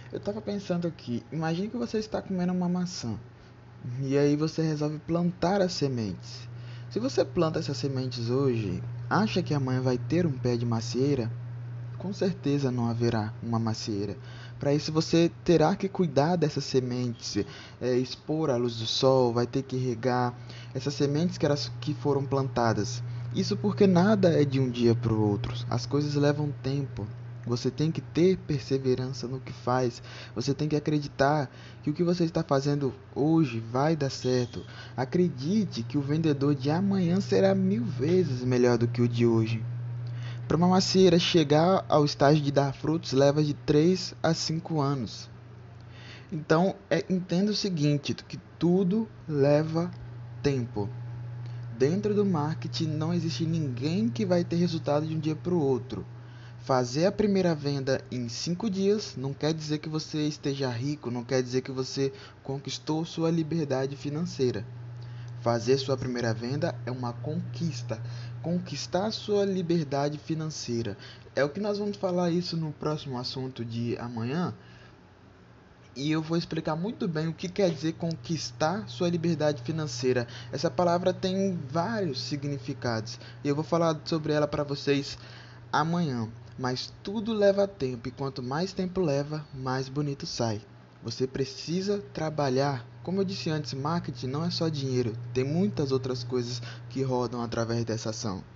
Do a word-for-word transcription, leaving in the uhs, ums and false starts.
Eu tava pensando aqui, imagine que você está comendo uma maçã e aí você resolve plantar as sementes. Se você planta essas sementes hoje, acha que amanhã vai ter um pé de macieira? Com certeza não haverá uma macieira. Para isso você terá que cuidar dessas sementes, é, expor à luz do sol, vai ter que regar essas sementes que, elas, que foram plantadas. Isso porque nada é de um dia para o outro. As coisas levam tempo. Você tem que ter perseverança no que faz. Você tem que acreditar que o que você está fazendo hoje vai dar certo. Acredite que o vendedor de amanhã será mil vezes melhor do que o de hoje. Para uma macieira chegar ao estágio de dar frutos leva de três a cinco anos. Então, é, entenda o seguinte, que tudo leva tempo. Dentro do marketing não existe ninguém que vai ter resultado de um dia para o outro. Fazer a primeira venda em cinco dias não quer dizer que você esteja rico, não quer dizer que você conquistou sua liberdade financeira. Fazer sua primeira venda é uma conquista. Conquistar sua liberdade financeira. É o que nós vamos falar isso no próximo assunto de amanhã. E eu vou explicar muito bem o que quer dizer conquistar sua liberdade financeira. Essa palavra tem vários significados. E eu vou falar sobre ela para vocês amanhã. Mas tudo leva tempo. E quanto mais tempo leva, mais bonito sai. Você precisa trabalhar. Como eu disse antes, marketing não é só dinheiro. Tem muitas outras coisas que rodam através dessa ação.